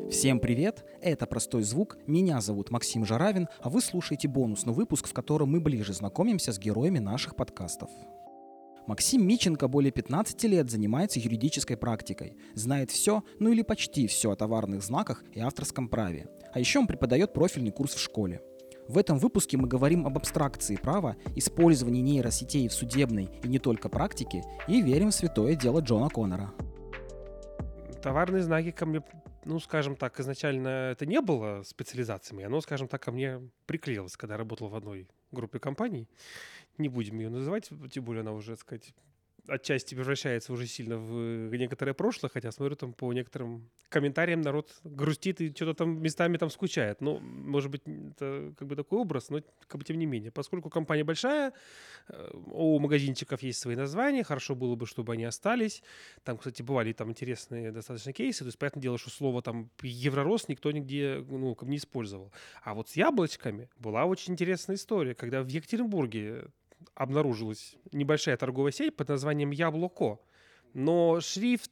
Всем привет! Это «Простой звук», меня зовут Максим Жаравин, а вы слушаете бонусный выпуск, в котором мы ближе знакомимся с героями наших подкастов. Максим Миченко более 15 лет занимается юридической практикой, знает все, ну или почти все о товарных знаках и авторском праве. А еще он преподает профильный курс в школе. В этом выпуске мы говорим об абстракции права, использовании нейросетей в судебной и не только практике, и верим в святое дело Джона Коннора. Товарные знаки ко мне, скажем так, изначально это не было специализациями, оно, скажем так, ко мне приклеилось, когда я работал в одной группе компаний. Не будем ее называть, тем более она уже, так сказать, отчасти превращается уже сильно в некоторое прошлое, хотя смотрю там по некоторым комментариям народ грустит и что-то там местами там скучает. Ну, может быть, это как бы такой образ, но как бы тем не менее. Поскольку компания большая, у магазинчиков есть свои названия, хорошо было бы, чтобы они остались. Там, кстати, бывали там интересные достаточно кейсы, то есть, понятное дело, что слово там «евророст» никто нигде, как бы не использовал. А вот с яблочками была очень интересная история, когда в Екатеринбурге обнаружилась небольшая торговая сеть под названием «Яблоко». Но шрифт,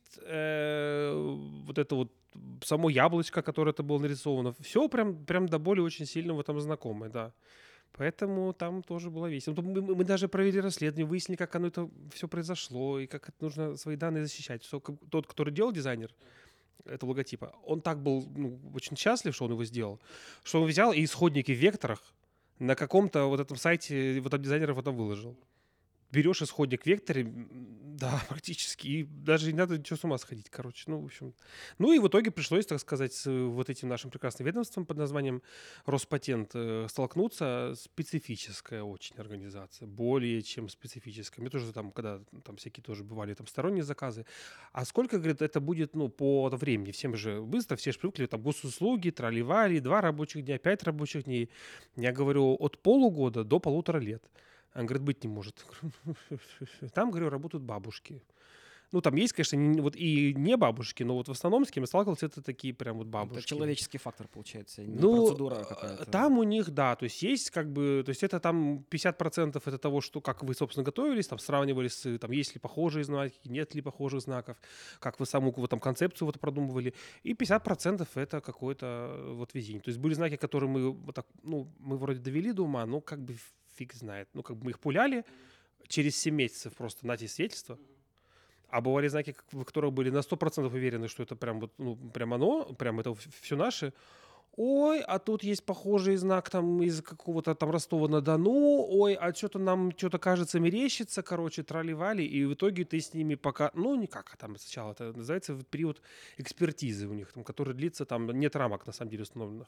вот это вот само яблочко, которое это было нарисовано, все прям до боли очень сильно в этом знакомое, да. Поэтому там тоже было весело. Мы даже провели расследование, выяснили, как оно это все произошло, и как это нужно свои данные защищать. Тот, который делал дизайнер этого логотипа, он так был очень счастлив, что он его сделал, что он взял и исходники в векторах на каком-то вот этом сайте вот от дизайнеров это выложил. Берешь исходник в векторе, да, практически, и даже не надо ничего с ума сходить, короче, в общем. Ну и в итоге пришлось, так сказать, с вот этим нашим прекрасным ведомством под названием Роспатент столкнуться. Специфическая очень организация, более чем специфическая. Мне тоже там, когда там всякие тоже бывали там сторонние заказы. А сколько, говорит, это будет, по времени? Всем же быстро, все же привыкли, там, госуслуги, трали-вали, 2 рабочих дня, 5 рабочих дней. Я говорю, от полугода до 1,5 лет. Он говорит, быть не может. Там, говорю, работают бабушки. Там есть, конечно, вот и не бабушки, но вот в основном с кем я сталкивался, это такие прям вот бабушки. Это человеческий фактор, получается, не процедура какая-то. Там у них, да, то есть как бы, то есть это там 50% это того, что, как вы, собственно, готовились, там сравнивали с, там, есть ли похожие знаки, нет ли похожих знаков, как вы саму вот, там концепцию вот продумывали, и 50% это какое-то вот везение. То есть были знаки, которые мы вот так, мы вроде довели до ума, но как бы фиг знает. Как бы мы их пуляли, через 7 месяцев просто нате свидетельства. А бывали знаки, в которых были на 100% уверены, что это прям вот, прям оно, прям это все наше. Ой, а тут есть похожий знак там из какого-то там Ростова-на-Дону. Ой, а что-то нам что-то кажется мерещится, короче, трали-вали. И в итоге ты с ними пока, никак, а там сначала это называется период экспертизы у них, там, который длится, там нет рамок на самом деле установленных.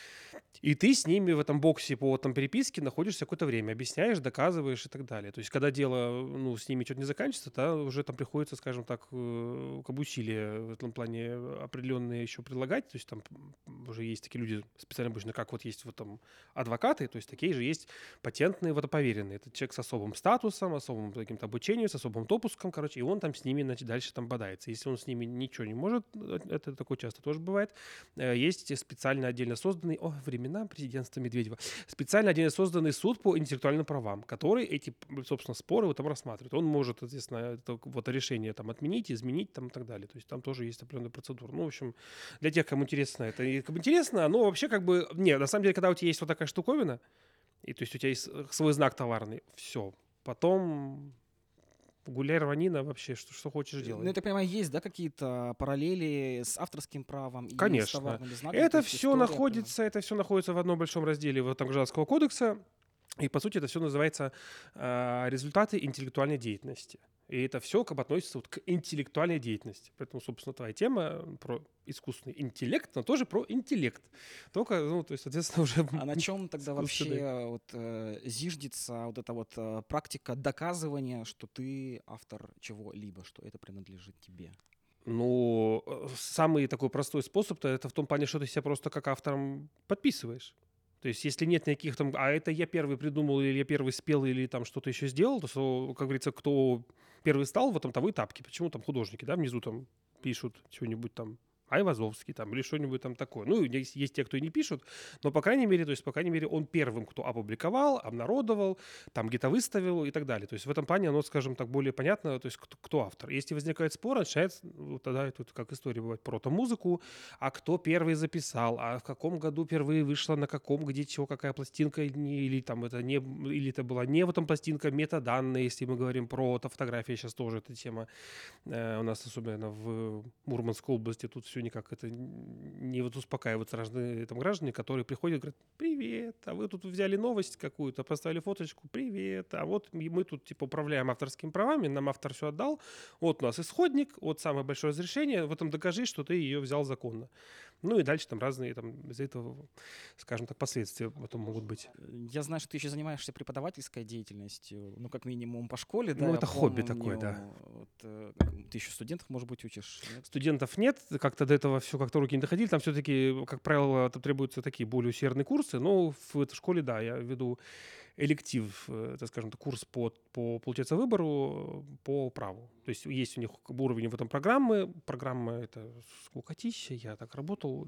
И ты с ними в этом боксе по там переписке находишься какое-то время, объясняешь, доказываешь и так далее. То есть, когда дело, с ними что-то не заканчивается, то уже там приходится, скажем так, как бы усилия в этом плане определенные еще предлагать. То есть, там уже есть такие люди специально обычно, как вот есть вот там адвокаты, то есть, такие же есть патентные водоповеренные. Это человек с особым статусом, особым каким-то обучением, с особым допуском, короче, и он там с ними, значит, дальше там бодается. Если он с ними ничего не может, это такое часто тоже бывает, есть специально отдельно созданный, времена президентства Медведева, специально отдельно созданный суд по интеллектуальным правам, который эти, собственно, споры вот там рассматривает. Он может, естественно, это вот решение там отменить, изменить там и так далее. То есть там тоже есть определенная процедура. В общем, для тех, кому интересно, это как бы интересно, но вообще как бы, нет, на самом деле, когда у тебя есть вот такая штуковина, и то есть у тебя есть свой знак товарный, все, потом гуляй, рванина, вообще, что хочешь делать. Я так понимаю, есть, да, какие-то параллели с авторским правом и Конечно. с товарными знаками? Это все находится в одном большом разделе вот, Гражданского кодекса, и, по сути, это все называется результаты интеллектуальной деятельности. И это все как бы относится вот к интеллектуальной деятельности. Поэтому, собственно, твоя тема про искусственный интеллект, но тоже про интеллект. Только, то есть, соответственно, уже... А на чем тогда вообще зиждется вот эта вот практика доказывания, что ты автор чего-либо, что это принадлежит тебе? Самый такой простой способ-то это в том плане, что ты себя просто как автором подписываешь. То есть, если нет никаких там, а это я первый придумал, или я первый спел, или там что-то еще сделал, то, как говорится, кто первый стал, в этом того и тапки. Почему там художники, да, внизу там пишут что-нибудь там Айвазовский там или что-нибудь там такое. Ну, есть те, кто и не пишут, но, по крайней мере, он первым, кто опубликовал, обнародовал, там где-то выставил и так далее. То есть в этом плане оно, скажем так, более понятно, то есть кто автор. Если возникает спор, начинается, вот тогда тут как история бывает про музыку, а кто первый записал, а в каком году впервые вышла, на каком, где, чего, какая пластинка, или там это не, или это была не в этом пластинка, метаданные, если мы говорим про фотографии, сейчас тоже эта тема у нас, особенно в Мурманской области, тут все никак это не вот успокаиваются разные там граждане, которые приходят и говорят: привет, а вы тут взяли новость какую-то, поставили фоточку, привет, а вот мы тут типа управляем авторскими правами, нам автор все отдал, вот у нас исходник, вот самое большое разрешение, в этом докажи, что ты ее взял законно. Ну и дальше там разные там из-за этого, скажем так, последствия потом могут быть. Я знаю, что ты еще занимаешься преподавательской деятельностью, ну, как минимум по школе, да, Ну, я это хобби помню, такое, да. Вот, ты еще студентов, может быть, учишь? Нет? Студентов нет, как-то до этого все как-то руки не доходили. Там все-таки, как правило, там требуются такие более усердные курсы. Но в этой школе, да, я веду электив, это, скажем так, курс получается, выбору по праву. То есть у них как бы уровень в этом программы. Программа это скукотища, я так работал,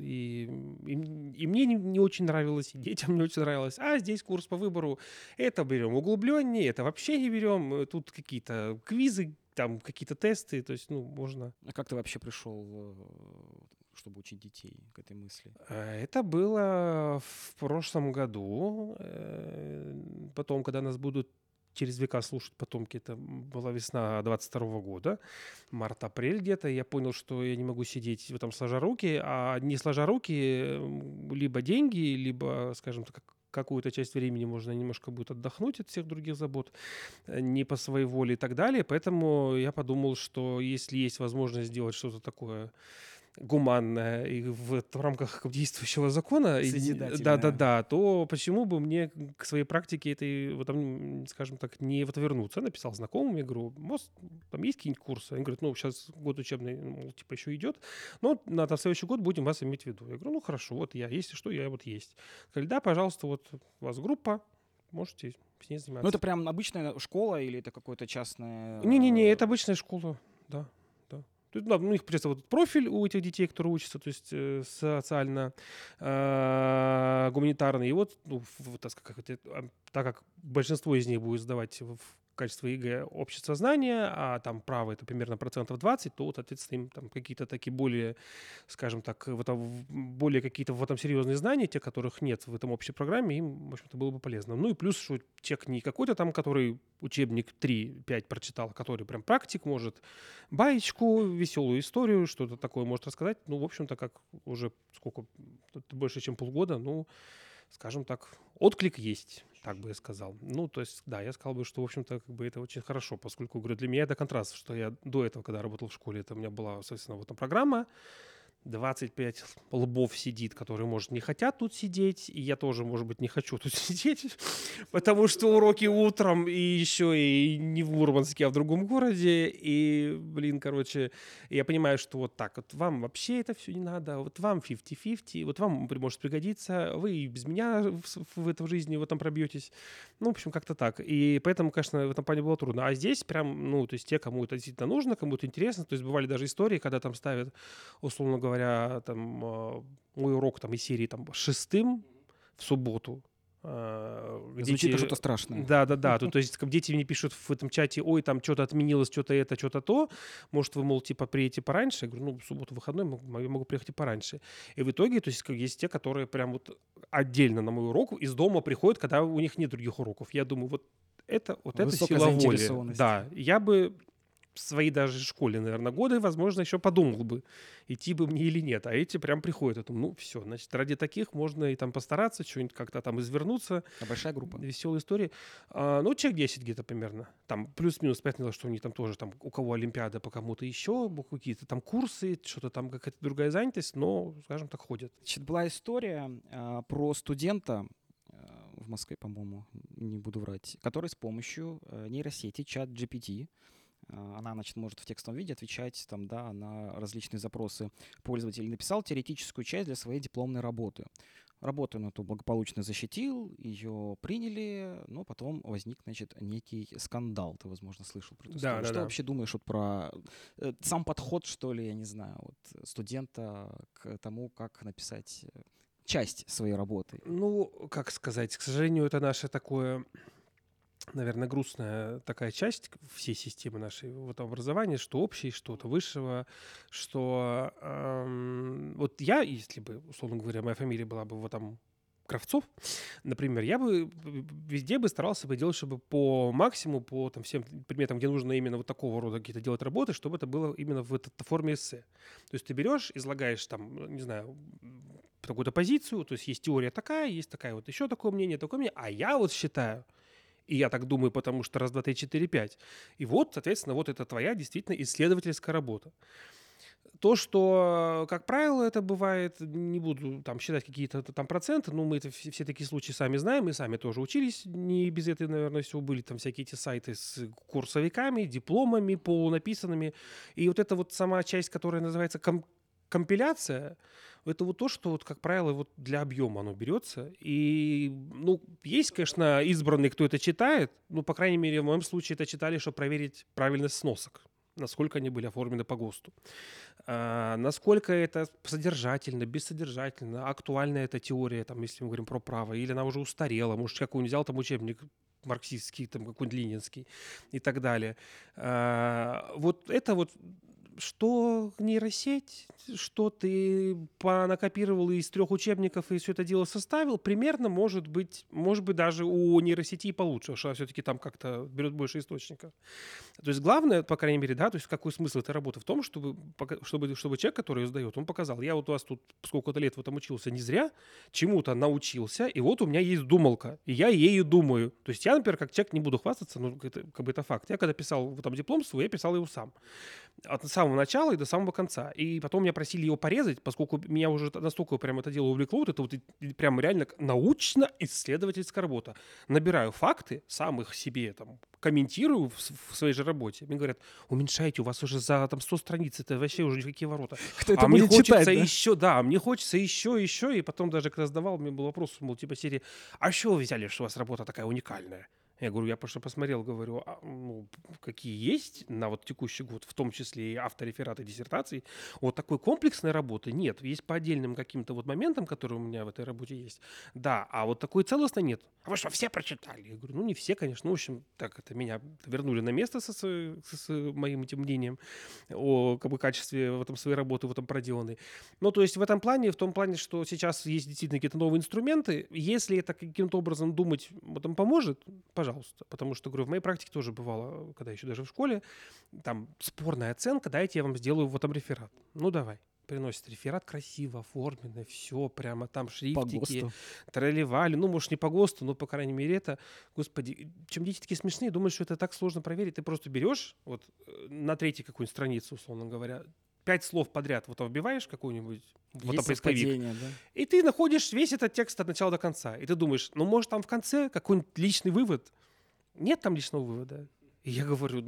и мне не очень нравилось, и детям не очень нравилось. А здесь курс по выбору, это берем углубленнее, это вообще не берем. Тут какие-то квизы, там какие-то тесты, то есть, ну, можно... А как ты вообще пришел, чтобы учить детей, к этой мысли? Это было в прошлом году. Потом, когда нас будут через века слушать потомки, это была весна 22 года, март-апрель где-то, я понял, что я не могу сидеть в этом сложа руки, а не сложа руки, либо деньги, либо, скажем так, какую-то часть времени можно немножко будет отдохнуть от всех других забот, не по своей воле и так далее. Поэтому я подумал, что если есть возможность сделать что-то такое гуманное и в рамках действующего закона, да, то почему бы мне к своей практике этой, вот там, скажем так, не вот вернуться? Я написал знакомым, я говорю: может, там есть какие-нибудь курсы? Они говорят: ну, сейчас год учебный, мол, типа еще идет, но на следующий год будем вас иметь в виду. Я говорю: ну, хорошо, вот я, если что, я вот есть. Сказали: да, пожалуйста, вот у вас группа, можете с ней заниматься. Ну, это прям обычная школа или это какое-то частное... Не-не-не, это обычная школа, да. Ну, у них просто вот профиль у этих детей, которые учатся, то есть социально гуманитарный. И вот, ну, так как большинство из них будет сдавать в качестве ЕГЭ общество знания, а там право это примерно 20%, то, соответственно, им там какие-то такие более, скажем так, более какие-то в этом серьезные знания, те, которых нет в этом общей программе, им, в общем-то, было бы полезно. Ну и плюс, что человек не какой-то там, который учебник 3-5 прочитал, который прям практик, может баечку, веселую историю, что-то такое может рассказать. Ну, в общем-то, как уже сколько, больше, чем полгода, ну, скажем так, отклик есть, так бы я сказал. Ну, то есть, да, я сказал бы, что, в общем-то, как бы это очень хорошо, поскольку, говорю, для меня это контраст, что я до этого, когда работал в школе, это у меня была, соответственно, вот эта программа, 25 лбов сидит, которые, может, не хотят тут сидеть, и я тоже, может быть, не хочу тут сидеть, потому что уроки утром, и еще и не в Мурманске, а в другом городе, и, блин, короче, я понимаю, что вот так вот вам вообще это все не надо, вот вам 50-50, вот вам может пригодиться, вы и без меня в этой жизни в этом пробьетесь, ну, в общем, как-то так, и поэтому, конечно, в этом плане было трудно, а здесь прям, ну, то есть те, кому это действительно нужно, кому это интересно, то есть бывали даже истории, когда там ставят, условно говоря, там мой урок там из серии там 6 в субботу. Звучит как что-то страшное. Да. То есть как дети мне пишут в этом чате: ой, там что-то отменилось, что-то это, что-то то. Может, вы, мол, типа приедете пораньше? Я говорю: ну, в субботу выходной, я могу приехать и пораньше. И в итоге, то есть как есть те, которые прям вот отдельно на мой урок из дома приходят, когда у них нет других уроков. Я думаю, вот это сила воли. Да, я бы в своей даже школе, наверное, годы, возможно, еще подумал бы, идти бы мне или нет. А эти прям приходят. Я думаю, ну, все, значит, ради таких можно и там постараться, что-нибудь как-то там извернуться. А большая группа? Веселые истории. Ну, человек 10 где-то примерно. Там плюс-минус, понятно, что у них там тоже, там, у кого олимпиада, по кому-то еще, какие-то там курсы, что-то там, какая-то другая занятость, но, скажем так, ходят. Значит, была история про студента в Москве, по-моему, не буду врать, который с помощью нейросети ChatGPT, она, значит, может в текстовом виде отвечать там, да, на различные запросы пользователей. Написал теоретическую часть для своей дипломной работы. Работу он эту благополучно защитил, ее приняли, но потом возник, значит, некий скандал. Ты, возможно, слышал про эту историю. Что вообще думаешь вот про сам подход, что ли, я не знаю, вот, студента к тому, как написать часть своей работы? Ну, как сказать, к сожалению, это наше такое, наверное, грустная такая часть всей системы нашей вот образования, что общей, что-то высшего, что вот я, если бы, условно говоря, моя фамилия была бы вот там Кравцов, например, я бы везде бы старался бы делать, чтобы по максимуму, по там, всем предметам, где нужно именно вот такого рода какие-то делать работы, чтобы это было именно в форме эссе. То есть ты берешь, излагаешь там, не знаю, какую-то позицию, то есть теория такая, есть такая вот еще такое мнение, а я вот считаю, и я так думаю, потому что раз, два, три, четыре, пять. И вот, соответственно, вот это твоя действительно исследовательская работа. То, что, как правило, это бывает, не буду там считать какие-то там проценты, но мы это все такие случаи сами знаем, мы сами тоже учились, не без этого, наверное, всего были там всякие эти сайты с курсовиками, дипломами полунаписанными. И вот эта вот сама часть, которая называется компиляция, это вот то, что, вот, как правило, вот для объема оно берется. И, ну, есть, конечно, избранные, кто это читает, ну, по крайней мере, в моем случае это читали, чтобы проверить правильность сносок, насколько они были оформлены по ГОСТу, насколько это содержательно, бессодержательно, актуальна эта теория, там, если мы говорим про право, или она уже устарела, может, какой-нибудь взял там учебник марксистский, там, какой-нибудь ленинский и так далее. Вот это вот что нейросеть, что ты понакопировал из 3 учебников и все это дело составил, примерно может быть даже у нейросети получше, что она все-таки там как-то берет больше источников. То есть главное, по крайней мере, да, то есть какой смысл этой работы в том, чтобы человек, который ее сдает, он показал, я вот у вас тут сколько-то лет в этом учился не зря, чему-то научился, и вот у меня есть думалка, и я ею думаю. То есть я, например, как человек не буду хвастаться, но это, как бы это факт. Я когда писал там диплом свой, я писал его сам. От самого начала и до самого конца. И потом меня просили его порезать, поскольку меня уже настолько прям это дело увлекло, вот это вот прям реально научно-исследовательская работа. Набираю факты, сам их себе там комментирую в своей же работе. Мне говорят, уменьшайте, у вас уже за там 100 страниц, это вообще уже никакие ворота. Кто это будет читать, да? Мне хочется еще, и потом даже когда сдавал, мне был вопрос, мол, типа серии, а что вы взяли, что у вас работа такая уникальная? Я говорю, я просто посмотрел, говорю, какие есть на вот текущий год, в том числе и авторефераты диссертаций, вот такой комплексной работы нет. Есть по отдельным каким-то вот моментам, которые у меня в этой работе есть, да, а вот такой целостной нет. А вы что, все прочитали? Я говорю, не все, конечно, в общем, так это меня вернули на место с моим этим мнением о как бы, качестве в этом своей работы, в этом проделанной. Ну, то есть в этом плане, в том плане, что сейчас есть действительно какие-то новые инструменты, если это каким-то образом думать, этом поможет, пожалуйста. Потому что, говорю, в моей практике тоже бывало, когда еще даже в школе, там спорная оценка, дайте я вам сделаю вот там реферат. Ну, давай. Приносит реферат красиво оформленный, все прямо там шрифтики, тролливали. Ну, может, не по ГОСТу, но, по крайней мере, это, господи, чем дети такие смешные, думают, что это так сложно проверить. Ты просто берешь вот на 3-й какую-нибудь страницу, условно говоря, 5 слов подряд вот вбиваешь какую-нибудь, вот поисковик, да? И ты находишь весь этот текст от начала до конца. И ты думаешь, может, там в конце какой-нибудь личный вывод? Нет там личного вывода. И я говорю,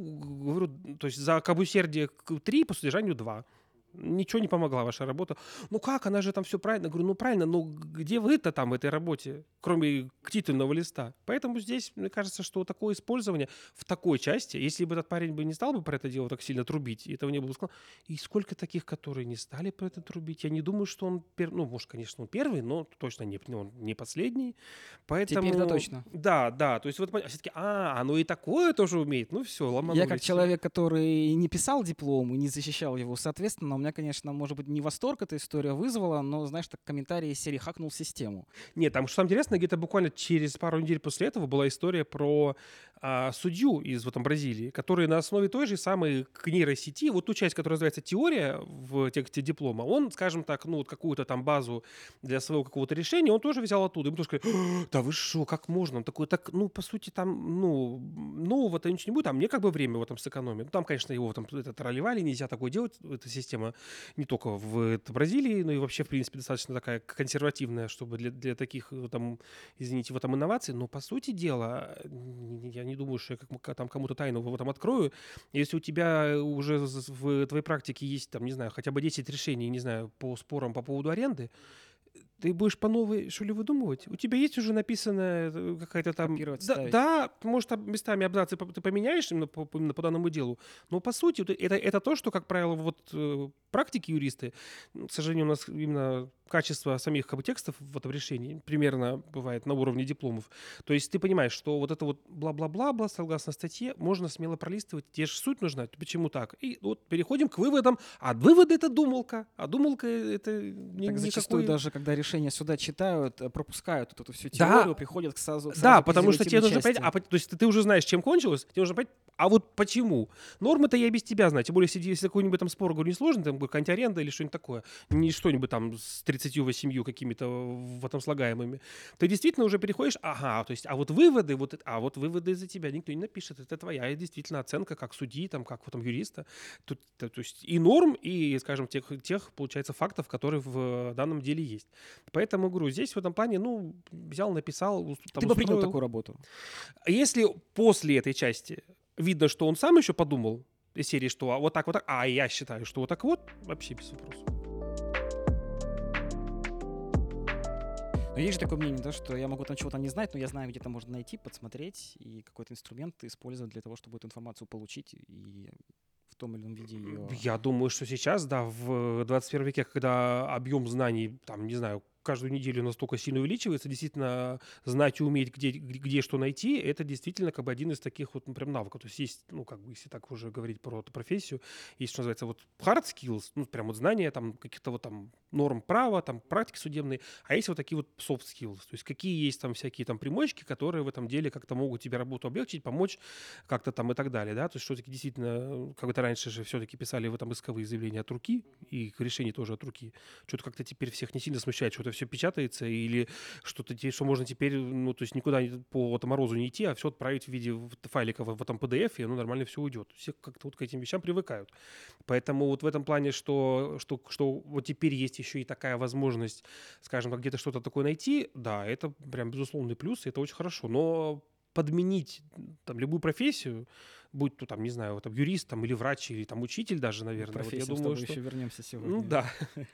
то есть за усердие 3, по содержанию 2. Ничего не помогла ваша работа. Ну как, она же там все правильно. Говорю, правильно, но где вы-то там в этой работе, кроме титульного листа? Поэтому здесь, мне кажется, что такое использование в такой части, если бы этот парень бы не стал бы про это дело так сильно трубить, и этого не было сказано, и сколько таких, которые не стали про это трубить, я не думаю, что он, может, конечно, он первый, но точно он не последний. Поэтому... Теперь-то точно. Да, то есть вот все-таки, оно и такое тоже умеет, все, ломанулись. Я как человек, который не писал диплом и не защищал его, соответственно, у меня, конечно, может быть, не восторг эта история вызвала, но, знаешь, так комментарии из серии «хакнул систему». Нет, там, что интересно, где-то буквально через пару недель после этого была история про судью из Бразилии, который на основе той же самой нейросети, вот ту часть, которая называется «теория» в тексте диплома, он, скажем так, вот какую-то там базу для своего какого-то решения, он тоже взял оттуда. И мы тоже сказали, да вы что, как можно? Он такой, по сути, там, нового-то ничего не будет, а мне как бы время в этом сэкономит. Там, конечно, его там тролливали, нельзя такое делать, эта система не только в Бразилии, но и вообще, в принципе, достаточно такая консервативная, чтобы для таких, там, извините, в этом инноваций. Но, по сути дела, я не думаю, что я там кому-то тайну в этом открою. Если у тебя уже в твоей практике есть, там, не знаю, хотя бы 10 решений, не знаю, по спорам по поводу аренды, Ты будешь по новой, что ли, выдумывать? У тебя есть уже написанная какая-то там... Копировать, Да, ставить. да, может, там местами абзацы ты поменяешь именно по данному делу, но по сути это то, что, как правило, вот практики юристы, к сожалению, у нас именно качество самих как бы, текстов в этом решении примерно бывает на уровне дипломов. То есть ты понимаешь, что вот это вот бла-бла-бла, согласно статье, можно смело пролистывать. Тебе же суть нужна, почему так? И вот переходим к выводам. А выводы — это думалка. А думалка — это Так зачастую даже, когда решения суда читают, пропускают вот эту всю теорию, приходят к сразу Да, к потому что тебе нужно части. понять, то есть ты уже знаешь, чем кончилось, тебе нужно понять, а вот почему? Нормы-то я без тебя знаю. Тем более, если какой-нибудь там спор, говорю, несложный, там какая-нибудь аренда или что-нибудь такое, не что-нибудь там с 38 какими-то в этом слагаемыми, ты действительно уже переходишь, то есть, а вот выводы за тебя никто не напишет. Это твоя действительно оценка как судьи, там, как там, юриста. Тут, то есть и норм, и, скажем, тех, получается, фактов, которые в данном деле есть. Поэтому, говорю, здесь в этом плане, взял, написал, там, Ты бы принял устроил. такую работу? Если после этой части видно, что он сам еще подумал из серии, что вот так, а я считаю, что вот так вот, вообще без вопросов. Но есть же такое мнение, да, что я могу там чего-то не знать, но я знаю, где это можно найти, подсмотреть и какой-то инструмент использовать для того, чтобы эту информацию получить и в том или ином виде ее... Я думаю, что сейчас, да, в 21 веке, когда объем знаний, там, не знаю, каждую неделю настолько сильно увеличивается, действительно знать и уметь, где что найти, это действительно как бы один из таких вот, прям навыков. То есть, как бы, если так уже говорить про эту профессию, есть, что называется, вот hard skills, прям вот знания там каких-то вот там норм права, там практики судебные, а есть вот такие вот soft skills, то есть какие есть там всякие там примочки, которые в этом деле как-то могут тебе работу облегчить, помочь как-то там и так далее, да, то есть что-таки действительно, как это раньше же все-таки писали в этом исковые заявления от руки, и решения тоже от руки, что-то как-то теперь всех не сильно смущает, что-то все печатается, или что-то, что можно теперь, то есть никуда по морозу не идти, а все отправить в виде файлика в этом PDF, и оно нормально все уйдет. Все как-то вот к этим вещам привыкают. Поэтому вот в этом плане, что вот теперь есть еще и такая возможность, скажем так, где-то что-то такое найти, да, это прям безусловный плюс, и это очень хорошо. Но подменить там любую профессию, будь то там, не знаю, там юрист там, или врач, или там учитель даже, наверное. Вот я думаю, что... еще вернемся сегодня. Да.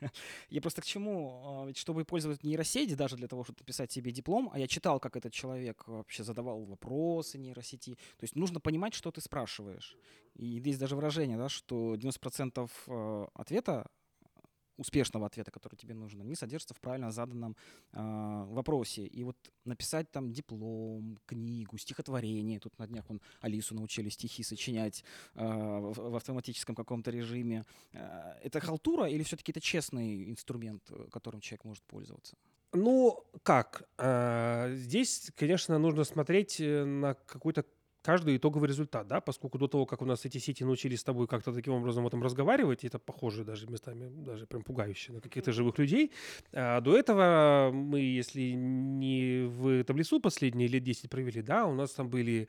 Я просто к чему? Ведь чтобы использовать нейросеть даже для того, чтобы написать себе диплом, а я читал, как этот человек вообще задавал вопросы нейросети, то есть нужно понимать, что ты спрашиваешь. И есть даже выражение, да, что 90% ответа, успешного ответа, который тебе нужен, они содержатся в правильно заданном вопросе. И вот написать там диплом, книгу, стихотворение, тут на днях Алису научили стихи сочинять в автоматическом каком-то режиме. Это халтура или все-таки это честный инструмент, которым человек может пользоваться? Как? Здесь, конечно, нужно смотреть на какой-то каждый итоговый результат, да, поскольку до того, как у нас эти сети научились с тобой как-то таким образом этом разговаривать, это похоже даже местами, даже прям пугающе на каких-то живых людей, до этого мы, если не в таблицу последние лет 10 провели, да, у нас там были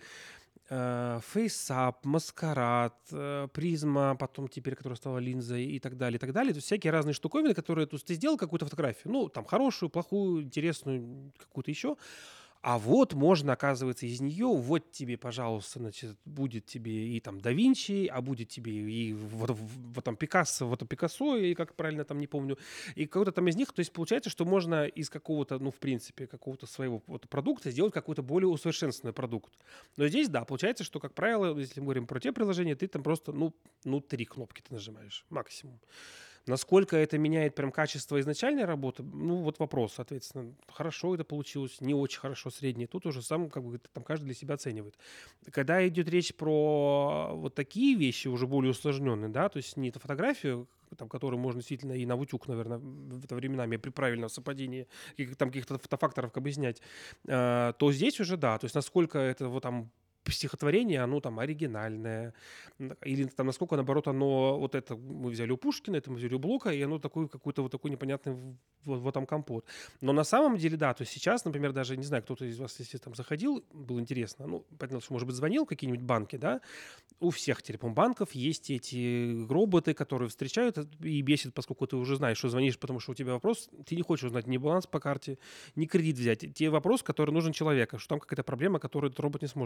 FaceApp, Маскарад, Призма, потом теперь, которая стала линзой и так далее, и так далее. То есть всякие разные штуковины, которые, то есть ты сделал какую-то фотографию, там хорошую, плохую, интересную, какую-то еще, а вот можно, оказывается, из нее, вот тебе, пожалуйста, значит, будет тебе и там да Винчи, а будет тебе и вот там Пикассо, и как правильно там, не помню, и какой-то там из них, то есть получается, что можно из какого-то, в принципе, какого-то своего продукта сделать какой-то более усовершенствованный продукт. Но здесь, да, получается, что, как правило, если мы говорим про те приложения, ты там просто, 3 кнопки ты нажимаешь, максимум. Насколько это меняет прям качество изначальной работы, вот вопрос, соответственно. Хорошо это получилось, не очень хорошо, среднее. Тут уже сам, как бы, там каждый для себя оценивает. Когда идет речь про вот такие вещи, уже более усложненные, да, то есть не эту фотографию, там, которую можно действительно и на утюг, наверное, временами при правильном совпадении там каких-то фотофакторов как бы снять, то здесь уже, да, то есть насколько это вот там стихотворение, оно там оригинальное, или там насколько, наоборот, оно, вот это мы взяли у Пушкина, это мы взяли у Блока, и оно такой какой-то вот такой непонятный вот там компот. Но на самом деле, да, то есть сейчас, например, даже, не знаю, кто-то из вас, если там заходил, было интересно, понятно, что, может быть, звонил какие-нибудь банки, да, у всех телефон-банков есть эти роботы, которые встречают и бесит, поскольку ты уже знаешь, что звонишь, потому что у тебя вопрос, ты не хочешь узнать ни баланс по карте, ни кредит взять. Те вопросы, которые нужен человеку, что там какая-то проблема, которую этот робот не сможет решить. Но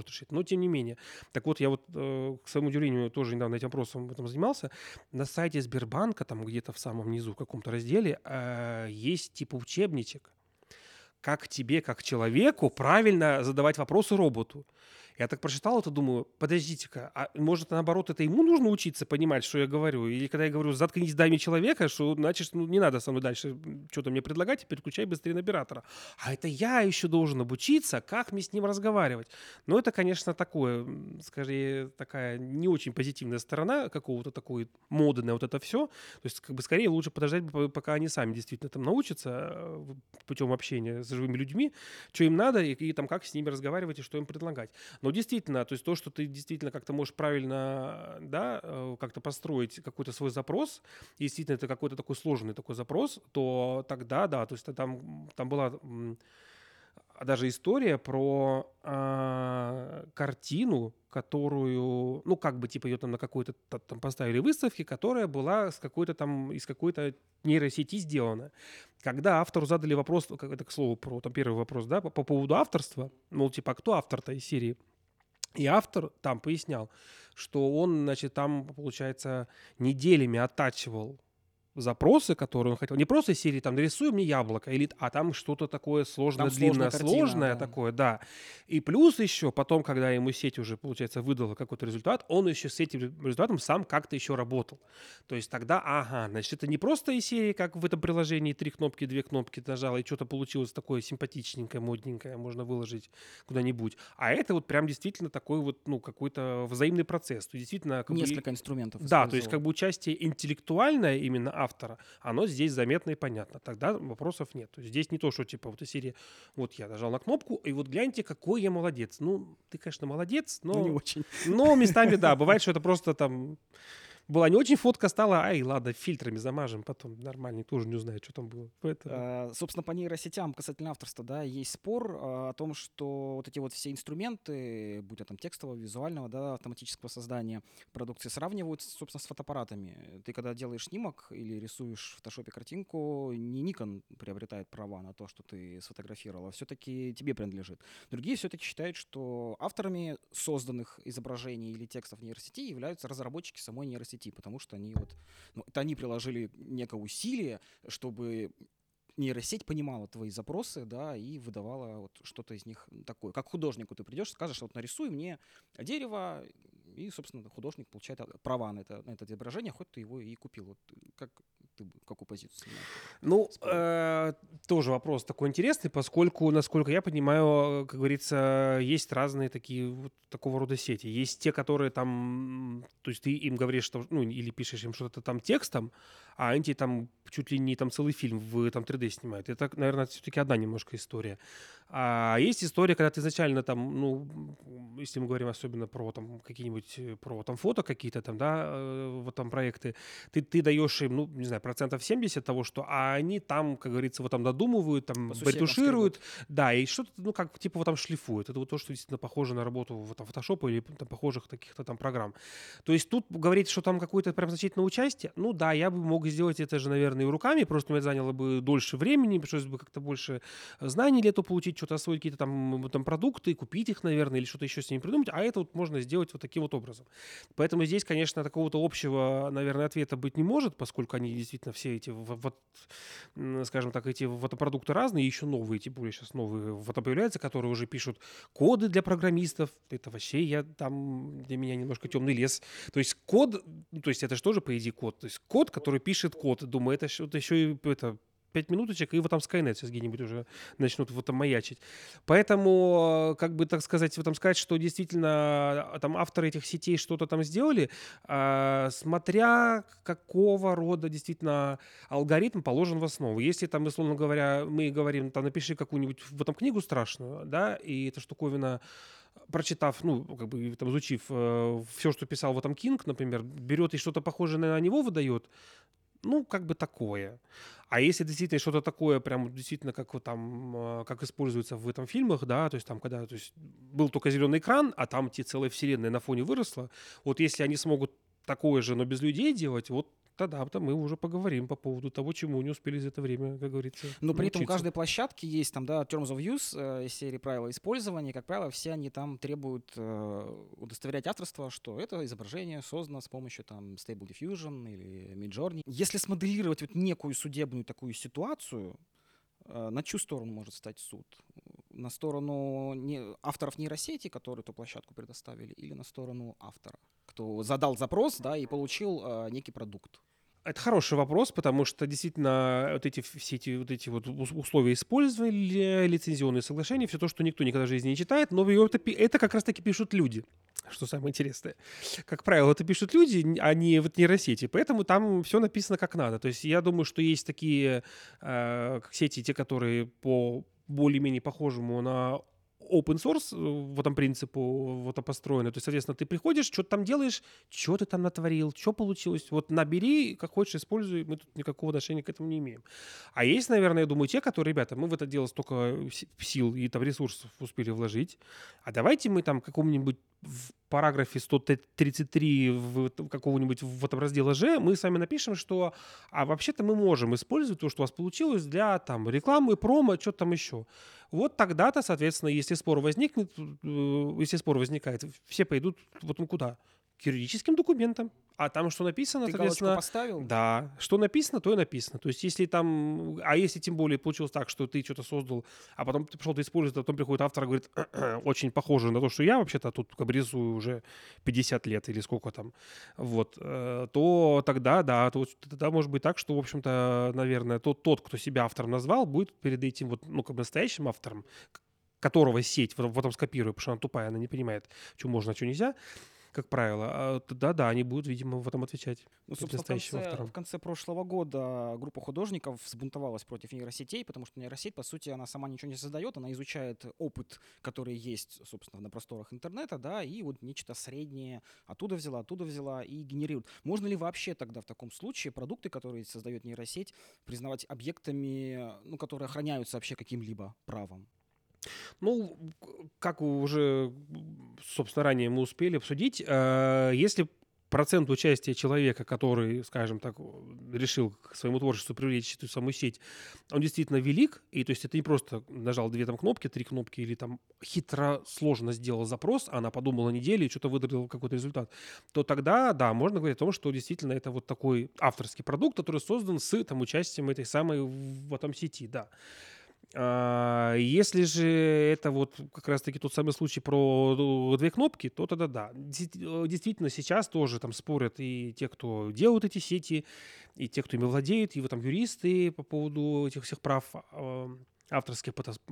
тем не менее. Так вот, я вот, к своему удивлению, тоже недавно этим вопросом в этом занимался. На сайте Сбербанка, там где-то в самом низу, в каком-то разделе, есть типа учебничек, как тебе, как человеку, правильно задавать вопросы роботу. Я так прочитал это, думаю, подождите-ка, а может, наоборот, это ему нужно учиться понимать, что я говорю? Или когда я говорю, заткнись, дай мне человека, что, значит, ну, не надо со мной дальше что-то мне предлагать, переключай быстрее на оператора. А это я еще должен обучиться, как мне с ним разговаривать. Но это, конечно, такое, скорее, такая не очень позитивная сторона какого-то такой моды на вот это все. То есть, как бы, скорее лучше подождать, пока они сами действительно там научатся путем общения с живыми людьми, что им надо, и там как с ними разговаривать, и что им предлагать. Но действительно, то есть то, что ты действительно как-то можешь правильно, да, как-то построить какой-то свой запрос, и действительно это какой-то такой сложный такой запрос, то тогда, да, то есть там была даже история про картину, которую, ну, как бы, типа, ее там на какой-то там поставили выставке, которая была с какой-то там, из какой-то нейросети сделана. Когда автору задали вопрос, это, к слову, про там первый вопрос, да, по поводу авторства, мол, типа, а кто автор-то из серии? И автор там пояснял, что он, значит, там, получается, неделями оттачивал запросы, которые он хотел. Не просто из серии там нарисуй мне яблоко, или, а там что-то такое сложное, Там длинное, картина, сложное да. такое, да. И плюс еще потом, когда ему сеть уже, получается, выдала какой-то результат, он еще с этим результатом сам как-то еще работал. То есть тогда, ага, значит, это не просто из серии, как в этом приложении 3 кнопки, 2 кнопки нажал, и что-то получилось такое симпатичненькое, модненькое, можно выложить куда-нибудь. А это вот прям действительно такой вот, ну, какой-то взаимный процесс. То есть действительно... Как Несколько инструментов да, то есть использовал. как бы участие интеллектуальное именно автора, оно здесь заметно и понятно. Тогда вопросов нет. То есть здесь не то, что типа вот из серии, вот я нажал на кнопку, и вот гляньте, какой я молодец. Ну, ты, конечно, молодец, Ну, не очень. но местами, да, бывает, что это просто там была не очень фотка, стала, ай, ладно, фильтрами замажем, потом нормально, никто уже не узнает, что там было. Поэтому... Собственно, по нейросетям касательно авторства, да, есть спор о том, что вот эти вот все инструменты, будь то там текстового, визуального, да, автоматического создания продукции, сравнивают, собственно, с фотоаппаратами. Ты когда делаешь снимок или рисуешь в фотошопе картинку, не Nikon приобретает права на то, что ты сфотографировал, а все-таки тебе принадлежит. Другие все-таки считают, что авторами созданных изображений или текстов нейросети являются разработчики самой нейросети, потому что они вот, ну, это они приложили некое усилие, чтобы нейросеть понимала твои запросы, да, и выдавала вот что-то из них такое. Как художнику ты придешь, скажешь, вот нарисуй мне дерево, и, собственно, художник получает права на это изображение, хоть ты его и купил. Вот как ты какую позицию занимаешь? Ну, тоже вопрос такой интересный, поскольку, насколько я понимаю, как говорится, есть разные такие вот такого рода сети. Есть те, которые там, то есть ты им говоришь, что, ну, или пишешь им что-то там текстом, а они тебе там чуть ли не там целый фильм в там 3D снимают. Это, наверное, все-таки одна немножко история. А есть история, когда ты изначально там, ну, если мы говорим особенно про там какие-нибудь, про там фото какие-то там, да, вот там проекты, ты даешь им, ну, не знаю, 70% того, что, а они там, как говорится, вот там додумывают, там ретушируют, да, и что-то, ну, как типа вот там шлифуют. Это вот то, что действительно похоже на работу вот, там, фотошопа или там, похожих каких-то там программ. То есть тут говорить, что там какое-то прям значительное участие, ну да, я бы мог сделать это же, наверное, и руками, просто мне заняло бы дольше времени, пришлось бы как-то больше знаний для этого получить, что-то освоить какие-то там продукты, купить их, наверное, или что-то еще с ними придумать, а это вот можно сделать вот таким вот образом. Поэтому здесь, конечно, такого-то общего, наверное, ответа быть не может, поскольку они действительно все эти, вот, скажем так, эти фотопродукты разные, и еще новые, тем более сейчас новые фото появляются, которые уже пишут коды для программистов. Это вообще для меня немножко темный лес. То есть код, то есть это же тоже, по идее, код. То есть код, который пишет код. Думаю, это еще и 5 минуточек, и вот там Skynet сейчас где-нибудь уже начнут вот там маячить. Поэтому, как бы, так сказать, вот там сказать, что действительно там авторы этих сетей что-то там сделали, смотря какого рода действительно алгоритм положен в основу. Если там, условно говоря, мы говорим, там, напиши какую-нибудь в этом книгу страшную, да, и эта штуковина, прочитав, ну, как бы там изучив все, что писал в этом Кинг, например, берет и что-то похожее на него выдает, ну, как бы такое. А если действительно что-то такое, прям действительно, как вот там, как используется в этом фильмах, да, то есть там, когда, то есть был только зеленый экран, а там целая вселенная на фоне выросла, вот если они смогут такое же, но без людей делать, вот тогда мы уже поговорим по поводу того, чему не успели за это время, как говорится, Но при этом у научиться. каждой площадки есть там, да, terms of use, из серии правила использования. Как правило, все они там требуют удостоверять авторство, что это изображение создано с помощью там Stable Diffusion или Midjourney. Если смоделировать вот некую судебную такую ситуацию, на чью сторону может стать суд? На сторону авторов нейросети, которые эту площадку предоставили, или на сторону автора, кто задал запрос, да, и получил некий продукт? Это хороший вопрос, потому что действительно вот эти все эти вот условия использования, лицензионные соглашения, все то, что никто никогда в жизни не читает, но это как раз-таки пишут люди, что самое интересное. Как правило, это пишут люди, а не вот нейросети, поэтому там все написано как надо. То есть я думаю, что есть такие сети, те, которые по более-менее похожему на open source в этом принципу вот построено. То есть, соответственно, ты приходишь, что-то там делаешь, что ты там натворил, что получилось. Вот набери, как хочешь, используй, мы тут никакого отношения к этому не имеем. А есть, наверное, я думаю, те, которые, ребята, мы в это дело столько сил и там ресурсов успели вложить, а давайте мы там какому-нибудь в параграфе 133 какого-нибудь в этом разделе Ж мы сами напишем, что вообще-то мы можем использовать то, что у вас получилось для там рекламы, промо, что-то там еще. Вот тогда-то, соответственно, если спор возникнет, если спор возникает, все пойдут потом куда? К юридическим документам. А там что написано, Ты соответственно... галочку поставил? Да. Что написано, то и написано. То есть если там... А если тем более получилось так, что ты что-то создал, а потом ты пришел, ты используешь, а потом приходит автор и говорит, очень похоже на то, что я вообще-то тут как бы рисую уже 50 лет или сколько там, вот, то тогда, да, тогда может быть так, что, в общем-то, наверное, тот, кто себя автором назвал, будет перед этим вот, ну, как бы настоящим автором, которого сеть в этом скопирует, потому что она тупая, она не понимает, что можно, а что нельзя, как правило, да, они будут, видимо, в этом отвечать. Ну, собственно, в конце прошлого года группа художников взбунтовалась против нейросетей, потому что нейросеть, по сути, она сама ничего не создает, она изучает опыт, который есть, собственно, на просторах интернета, да, и вот нечто среднее оттуда взяла и генерирует. Можно ли вообще тогда в таком случае продукты, которые создает нейросеть, признавать объектами, ну, которые охраняются вообще каким-либо правом? Ну, как уже, собственно, ранее мы успели обсудить, если процент участия человека, который, скажем так, решил к своему творчеству привлечь эту самую сеть, он действительно велик, и то есть это не просто нажал 2 там кнопки, 3 кнопки, или там хитро сложно сделал запрос, а она подумала неделю и что-то выдала какой-то результат, то тогда, да, можно говорить о том, что действительно это вот такой авторский продукт, который создан с там участием этой самой в этом сети, да. Если же это вот как раз-таки тот самый случай про 2 кнопки, то тогда да. Действительно, сейчас тоже там спорят и те, кто делают эти сети, и те, кто ими владеет, и вот там юристы по поводу этих всех прав авторских,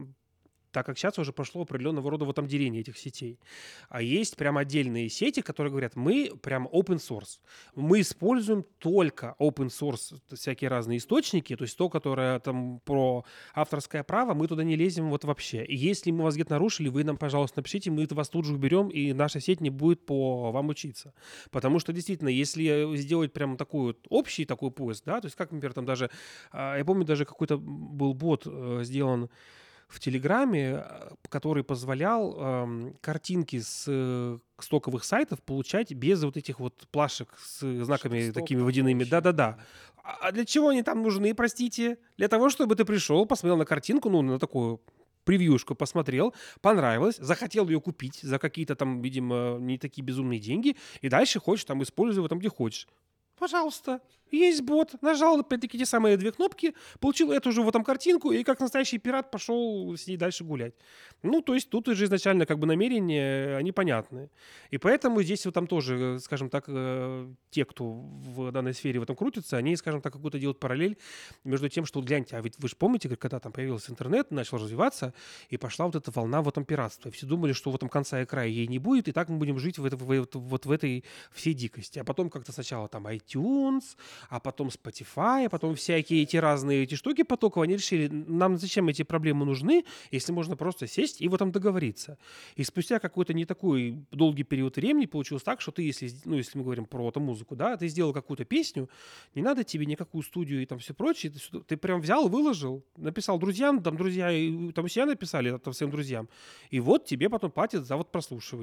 так как сейчас уже прошло определенного рода вот там деление этих сетей. А есть прям отдельные сети, которые говорят, мы прям open source. Мы используем только open source, всякие разные источники, то есть то, которое там про авторское право, мы туда не лезем вот вообще. И если мы вас где-то нарушили, вы нам, пожалуйста, напишите, мы вас тут же уберем, и наша сеть не будет по вам учиться. Потому что действительно, если сделать прям такой вот общий такой поиск, да, то есть как, например, там даже, я помню, даже какой-то был бот сделан в Телеграме, который позволял картинки с стоковых сайтов получать без вот этих вот плашек с знаками такими водяными. Да-да-да. А для чего они там нужны, простите? Для того, чтобы ты пришел, посмотрел на картинку, ну, на такую превьюшку посмотрел, понравилось, захотел ее купить за какие-то там, видимо, не такие безумные деньги, и дальше хочешь там используй его там, где хочешь. Пожалуйста, есть бот, нажал опять-таки те самые 2 кнопки, получил эту же вот там картинку и как настоящий пират пошел с ней дальше гулять. Ну, то есть тут уже изначально как бы намерения, они понятны. И поэтому здесь вот там тоже, скажем так, те, кто в данной сфере в этом крутится, они, скажем так, какую-то делают параллель между тем, что, гляньте, а ведь вы же помните, когда там появился интернет, начал развиваться, и пошла вот эта волна в этом пиратства. Все думали, что в этом конца и края ей не будет, и так мы будем жить вот в этой всей дикости. А потом как-то сначала там iTunes, а потом Spotify, а потом всякие эти разные эти штуки потоковые, они решили, нам зачем эти проблемы нужны, если можно просто сесть и вот там договориться. И спустя какой-то не такой долгий период времени получилось так, что ты, если мы говорим про эту музыку, да, ты сделал какую-то песню, не надо тебе никакую студию и там все прочее, ты прям взял, выложил, написал друзьям, там друзья, там все написали там своим друзьям, и вот тебе потом платят за вот прослушивание.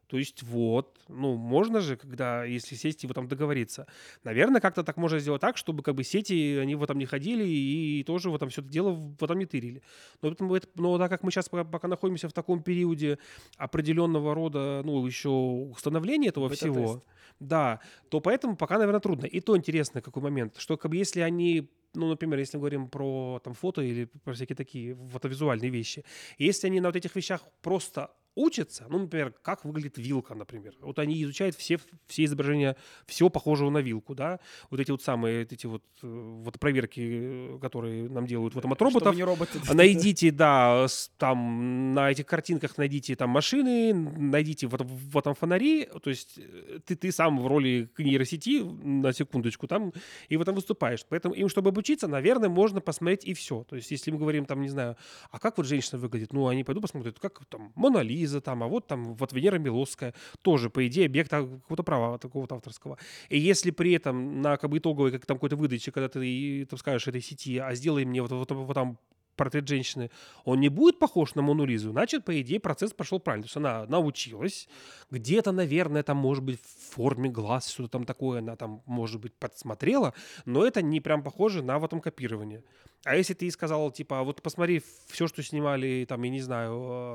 То есть вот, ну, можно же, когда, если сесть и вот там договориться. Наверное, как-то так можно сделать так, чтобы как бы сети, они вот там не ходили и тоже вот там все это дело вот там не тырили. Но так как мы сейчас пока находимся в таком периоде определенного рода, ну, еще установления этого Бета-тест. всего, да, то поэтому пока, наверное, трудно. И то интересный какой момент, что как бы если они, ну, например, если мы говорим про там фото или про всякие такие фотовизуальные вещи, если они на вот этих вещах просто учатся, ну, например, как выглядит вилка, например. Вот они изучают все изображения всего похожего на вилку, да, вот эти вот самые, эти вот проверки, которые нам делают вот там от роботов. Чтобы не роботы. Найдите, да, там на этих картинках найдите там машины, найдите вот там фонари, то есть ты сам в роли нейросети, на секундочку, там, и вот там выступаешь. Поэтому им, чтобы обучиться, наверное, можно посмотреть и все. То есть если мы говорим там, не знаю, а как вот женщина выглядит, ну, они пойдут посмотрят, как там Мона Лиза, там, а вот Венера Милосская, тоже, по идее, объект какого-то права такого-то авторского. И если при этом на как бы итоговой как там какой-то выдаче, когда ты там скажешь этой сети, а сделай мне вот там портрет женщины, он не будет похож на Мону Лизу, значит, по идее, процесс пошел правильно. То есть она научилась, где-то, наверное, там, может быть, в форме глаз, что-то там такое она там, может быть, подсмотрела, но это не прям похоже на вот там копирование. А если ты сказал, типа, вот посмотри все, что снимали, там, я не знаю,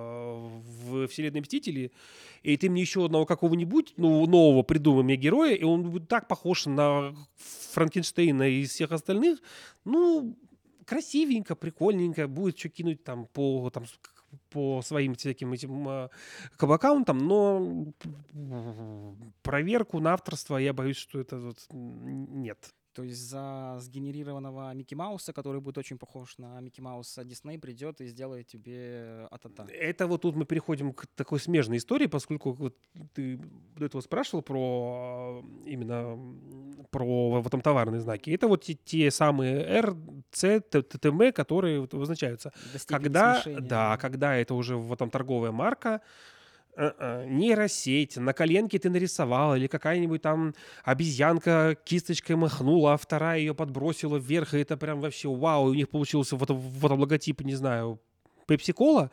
в «Вселенной Мстители», и ты мне еще одного какого-нибудь нового придумай мне героя, и он будет так похож на Франкенштейна и всех остальных, ну, красивенько, прикольненько, будет что кинуть там по своим всяким этим аккаунтам, но проверку на авторство, я боюсь, что это вот нет. То есть за сгенерированного Микки Мауса, который будет очень похож на Микки Мауса, Дисней придет и сделает тебе а-та-та. Это вот тут мы переходим к такой смежной истории, поскольку вот ты до этого спрашивал про именно про вот там товарные знаки. Это вот те самые R, C, ТТМ, которые вот обозначаются. Когда это уже вот там торговая марка, нейросеть, на коленке ты нарисовал, или какая-нибудь там обезьянка кисточкой махнула, а вторая ее подбросила вверх, и это прям вообще вау, и у них получился вот логотип, не знаю, Пепси-кола?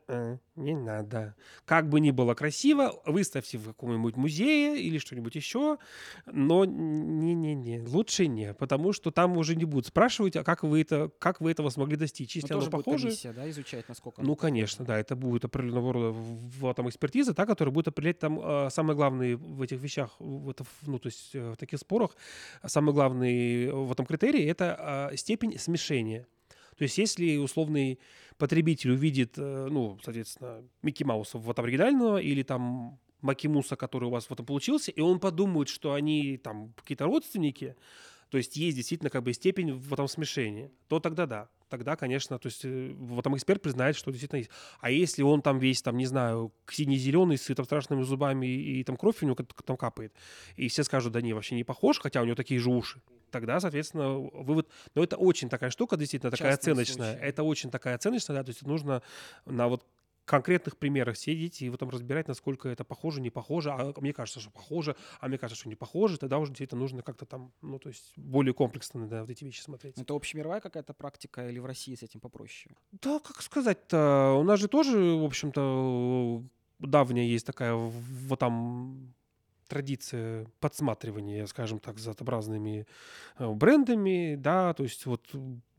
Не надо. Как бы ни было красиво, выставьте в каком-нибудь музее или что-нибудь еще, но не, лучше не, потому что там уже не будут спрашивать, а как вы этого смогли достичь. Если оно тоже похоже, будет комиссия, да, изучать, насколько ну, конечно, да, это будет определенного рода там экспертиза, та, которая будет определять там самое главное в этих вещах, ну, то есть в таких спорах, самый главный в этом критерии — это степень смешения. То есть если условный потребитель увидит, ну, соответственно, Микки Мауса вот оригинального или там Макимуса, который у вас вот получился, и он подумает, что они там какие-то родственники, то есть есть действительно как бы степень в этом смешении, то тогда да. Тогда, конечно, то есть вот там эксперт признает, что действительно есть. А если он там весь, там, не знаю, сине-зеленый, с там страшными зубами и там кровь у него там капает, и все скажут, да не, вообще не похож, хотя у него такие же уши, тогда, соответственно, вывод... Но это очень такая штука, действительно, такая оценочная. случае. Это очень такая оценочная, да, то есть нужно на вот конкретных примерах сидеть и вот там разбирать, насколько это похоже, не похоже, а мне кажется, что похоже, а мне кажется, что не похоже, тогда уже действительно нужно как-то там, ну, то есть более комплексно на вот эти вещи смотреть. Это общемировая какая-то практика или в России с этим попроще? Да, как сказать-то, у нас же тоже, в общем-то, давняя есть такая вот там традиция подсматривания, скажем так, за разными брендами, да, то есть вот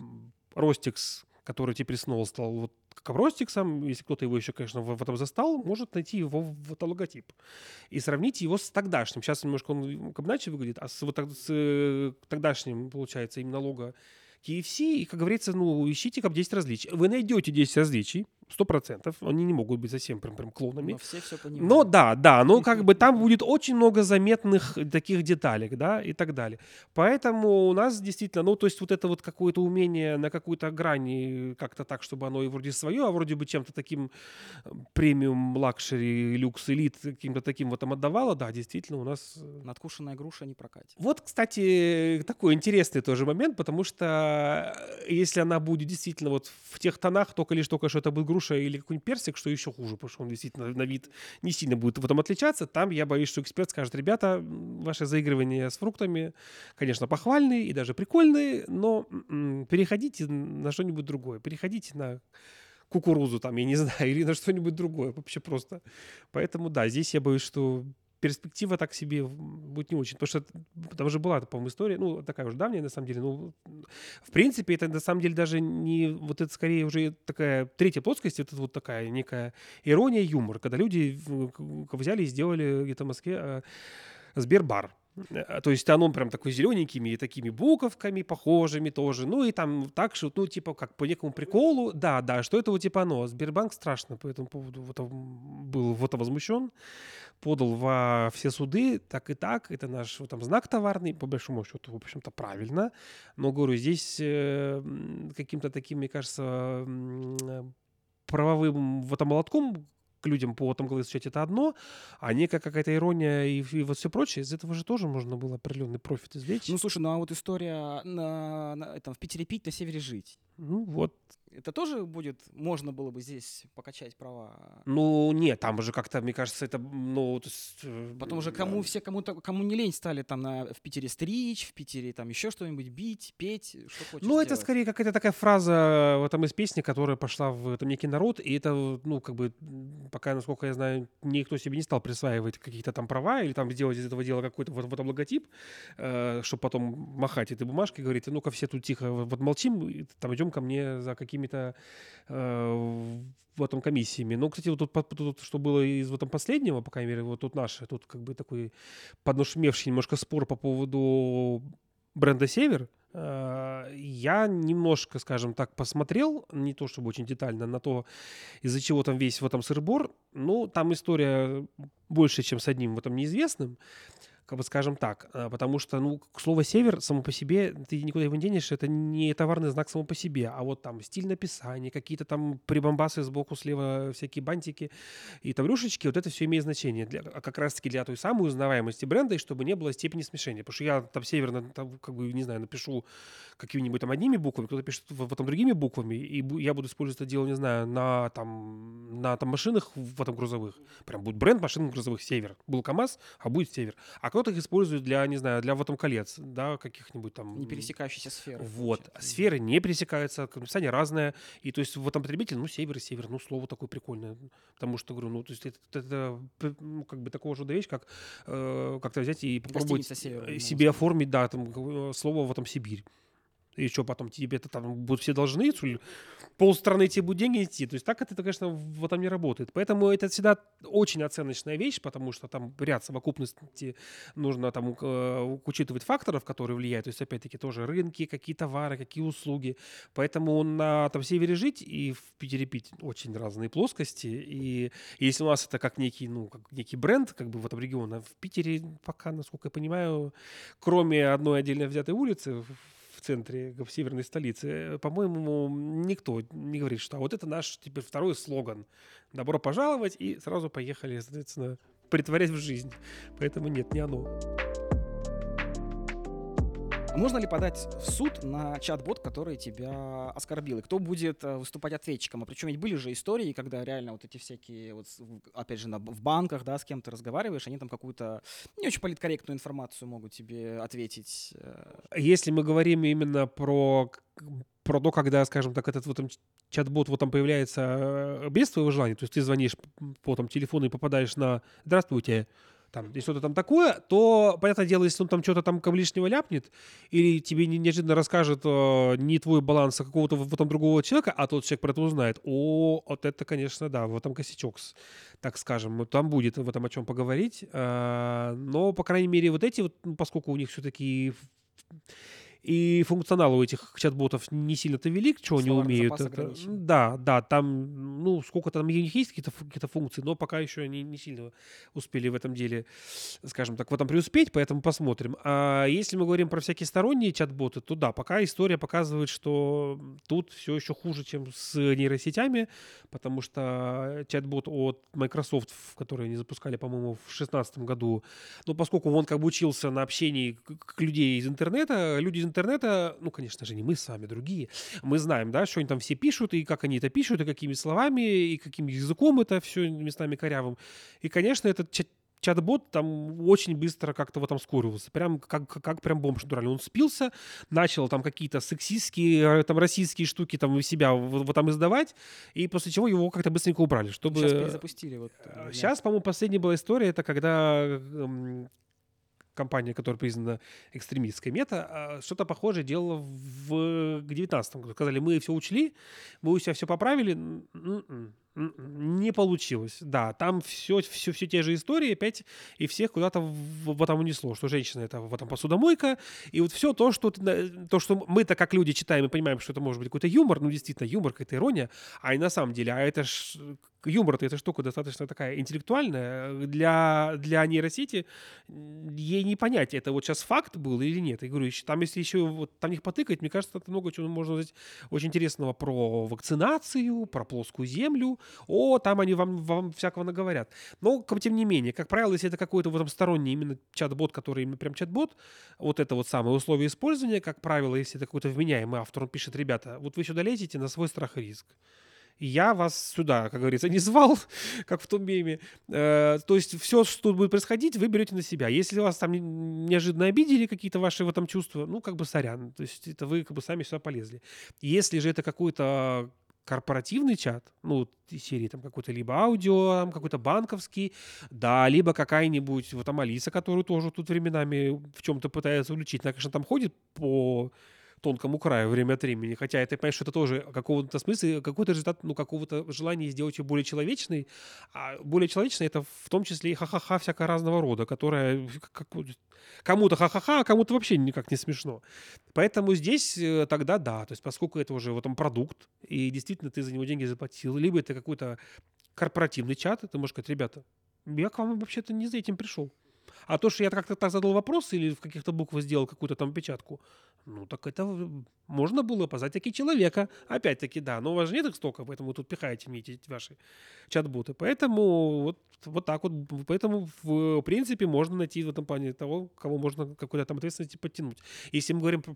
Ростикс, который теперь снова стал вот как Ростиксом, если кто-то его еще, конечно, в этом застал, может найти его в это логотип и сравнить его с тогдашним. Сейчас немножко он как бы иначе выглядит, а с тогдашним, получается, именно лого KFC, и, как говорится, ну, ищите как 10 различий. Вы найдете 10 различий, 100%, они не могут быть совсем прям клонами. Но все понимают. Но да, но как бы там будет очень много заметных таких деталек, да, и так далее. Поэтому у нас действительно, ну, то есть вот это вот какое-то умение на какой-то грани как-то так, чтобы оно и вроде свое, а вроде бы чем-то таким премиум, лакшери, люкс, элит, каким-то таким вот там отдавало, да, действительно у нас... Надкушенная груша не прокатит. Вот, кстати, такой интересный тоже момент, потому что если она будет действительно вот в тех тонах, только лишь только что это был груша или какой-нибудь персик, что еще хуже, потому что он действительно на вид не сильно будет в этом отличаться, там я боюсь, что эксперт скажет: ребята, ваше заигрывание с фруктами, конечно, похвальные и даже прикольные, но переходите на что-нибудь другое, переходите на кукурузу там, я не знаю, или на что-нибудь другое, вообще просто. Поэтому, да, здесь я боюсь, что перспектива так себе будет не очень. Потому что там же была, по-моему, история, ну, такая уже давняя, на самом деле. Ну, в принципе, это на самом деле даже не... Вот это скорее уже такая третья плоскость, это вот такая некая ирония, юмор, когда люди взяли и сделали где-то в Москве Сбербар. То есть оно прям такой зелененькими такими буковками похожими тоже. Ну и там так, что, ну, типа, как по некому приколу. Да, что это вот типа оно. Сбербанк страшно по этому поводу был вот возмущен. Подал во все суды, так и так. Это наш вот, там знак товарный, по большому счету, в общем-то, правильно. Но, говорю, здесь каким-то таким, мне кажется, правовым вот молотком к людям по там голосовать это одно, а некая какая-то ирония и вот все прочее, из этого же тоже можно было определенный профит извлечь. Ну, слушай, ну а вот история в Питере пить, на севере жить. Ну, вот. Это тоже будет, можно было бы здесь покачать права? Ну, нет, там уже как-то, мне кажется, это, ну... То есть, потом уже кому не лень стали там в Питере стричь, в Питере там еще что-нибудь бить, петь, что хочешь Ну, это делать. скорее какая-то такая фраза в этом из песни, которая пошла в там, некий народ, и это, ну, как бы, пока, насколько я знаю, никто себе не стал присваивать какие-то там права или там сделать из этого дела какой-то вот этом логотип, чтобы потом махать этой бумажкой и говорить, ну-ка все тут тихо вот молчим, там идем ко мне за какими-то в этом комиссиями. Ну, кстати, вот тут что было из вот там последнего, по крайней мере, вот тут наше, тут как бы такой поднашумевший немножко спор по поводу бренда «Север». Я немножко, скажем так, посмотрел, не то чтобы очень детально, на то, из-за чего там весь в этом сыр-бор. Ну, там история больше, чем с одним в этом неизвестным, как бы скажем так, потому что, ну, слово «север» само по себе, ты никуда его не денешь, это не товарный знак само по себе, а вот там стиль написания, какие-то там прибамбасы сбоку, слева, всякие бантики и там рюшечки, вот это все имеет значение, как раз-таки для той самой узнаваемости бренда, и чтобы не было степени смешения, потому что я там «север», там, как бы, не знаю, напишу какими-нибудь там одними буквами, кто-то пишет в этом другими буквами, и я буду использовать это дело, не знаю, на машинах в этом грузовых, прям будет бренд машин грузовых «Север», был КамАЗ, а будет «Север», а кто-то их использует для, не знаю, для вот там колец, да, каких-нибудь там... Не пересекающиеся сферы. Вот. Сферы не пересекаются, написание разное. И то есть вот там потребитель, ну, север, ну, слово такое прикольное. Потому что, говорю, ну, то есть это ну, как бы такого же вещь, как как-то взять и попробовать себе оформить, да, там, слово в этом Сибирь. И что, потом тебе это там будут все должны, полстраны тебе будут деньги идти. То есть так это, конечно, в этом не работает. Поэтому это всегда очень оценочная вещь, потому что там ряд совокупности нужно там учитывать факторов, которые влияют. То есть, опять-таки, тоже рынки, какие товары, какие услуги. Поэтому на там севере жить и в Питере пить очень разные плоскости. И если у нас это как некий, ну, как некий бренд, как бы в этом регионе, в Питере пока, насколько я понимаю, кроме одной отдельно взятой улицы, в центре, в северной столице, по-моему, никто не говорит, что вот это наш теперь второй слоган. Добро пожаловать, и сразу поехали, соответственно, притворять в жизнь. Поэтому нет, не оно. Можно ли подать в суд на чат-бот, который тебя оскорбил? И кто будет выступать ответчиком? А причем ведь были же истории, когда реально вот эти всякие, вот, опять же, в банках, да, с кем ты разговариваешь, они там какую-то не очень политкорректную информацию могут тебе ответить. Если мы говорим именно про то, когда, скажем так, этот вот там чат-бот вот там появляется без твоего желания, то есть ты звонишь по там телефону и попадаешь на «Здравствуйте», там, и что-то там такое, то, понятное дело, если он там что-то там лишнего ляпнет, или тебе неожиданно расскажет не твой баланс, а какого-то вот там другого человека, а тот человек про это узнает, вот это, конечно, да, вот там косячок, так скажем, там будет в этом о чем поговорить, но, по крайней мере, вот эти вот, поскольку у них все-таки... И функционал у этих чат-ботов не сильно-то велик, чего они умеют. Да, там, ну, сколько там у них есть какие-то функции, но пока еще они не сильно успели в этом деле, скажем так, в этом преуспеть, поэтому посмотрим. А если мы говорим про всякие сторонние чат-боты, то да, пока история показывает, что тут все еще хуже, чем с нейросетями, потому что чат-бот от Microsoft, который они запускали, по-моему, в 2016 году, ну, поскольку он как бы учился на общении людей из интернета, люди из интернета, ну, конечно же, не мы с вами, другие, мы знаем, да, что они там все пишут, и как они это пишут, и какими словами, и каким языком это все местами корявым. И, конечно, этот чат-бот там очень быстро как-то вот там скуривался. Прям как прям бомж натурально. Он спился, начал там какие-то сексистские, там российские штуки там из себя вот там издавать, и после чего его как-то быстренько убрали, Сейчас чтобы... перезапустили. Вот, Сейчас, по-моему, последняя была история, это когда компания, которая признана экстремистской, Мета, что-то похожее делала в 19 году. Сказали, мы все учли, мы у себя все поправили. Не получилось. Да, там все те же истории опять, и всех куда-то вот там унесло, что женщина — это вот там посудомойка, и вот все то, что мы-то как люди читаем и понимаем, что это может быть какой-то юмор, ну, действительно, юмор, какая-то ирония, а и на самом деле, а это ж юмор-то, эта штука достаточно такая интеллектуальная, для нейросети ей не понять, это вот сейчас факт был или нет. Я говорю, там если еще вот там их потыкать, мне кажется, это много чего можно узнать очень интересного про вакцинацию, про плоскую землю. Там они вам всякого наговорят. Но, тем не менее, как правило, если это какой-то вот там сторонний именно чат-бот, который именно прям чат-бот, вот это вот самое условие использования, как правило, если это какой-то вменяемый автор, он пишет, ребята, вот вы сюда лезете на свой страх и риск. Я вас сюда, как говорится, не звал, как в том меме. То есть все, что тут будет происходить, вы берете на себя. Если вас там неожиданно обидели какие-то ваши в этом чувства, ну, как бы сорян. То есть это вы как бы сами сюда полезли. Если же это какой-то корпоративный чат, ну, из серии там какой-то либо аудио, там, какой-то банковский, да, либо какая-нибудь вот там Алиса, которую тоже тут временами в чем-то пытается уличить. Она, конечно, там ходит по тонкому краю время от времени, хотя это, понимаешь, что это тоже какого-то смысла, какой-то результат, ну, какого-то желания сделать ее более человечной, а более человечной это в том числе и ха-ха-ха всякого разного рода, которая кому-то ха-ха-ха, а кому-то вообще никак не смешно. Поэтому здесь тогда да, то есть поскольку это уже вот там продукт, и действительно ты за него деньги заплатил, либо это какой-то корпоративный чат, и ты можешь сказать, ребята, я к вам вообще-то не за этим пришел. А то, что я как-то так задал вопрос или в каких-то буквах сделал какую-то там печатку, ну, так это можно было позвать таки человека. Опять-таки, да, но у вас же нет их столько, поэтому вы тут пихаете мне эти ваши чат-боты. Поэтому вот так вот. Поэтому, в принципе, можно найти в этом плане того, кого можно какой-то там ответственности подтянуть. Если мы говорим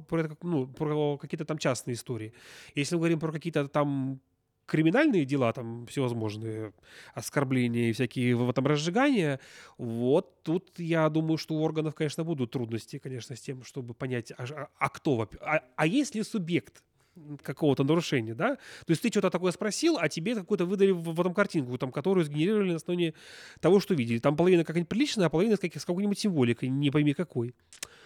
про какие-то там частные истории, если мы говорим про какие-то там криминальные дела, там всевозможные оскорбления и всякие вот там разжигания, вот тут я думаю, что у органов, конечно, будут трудности, конечно, с тем, чтобы понять, кто, есть ли субъект какого-то нарушения, да? То есть ты что-то такое спросил, а тебе какую-то выдали в этом картинку, там, которую сгенерировали на основе того, что видели. Там половина какая-нибудь приличная, а половина с какой-нибудь символикой, не пойми какой.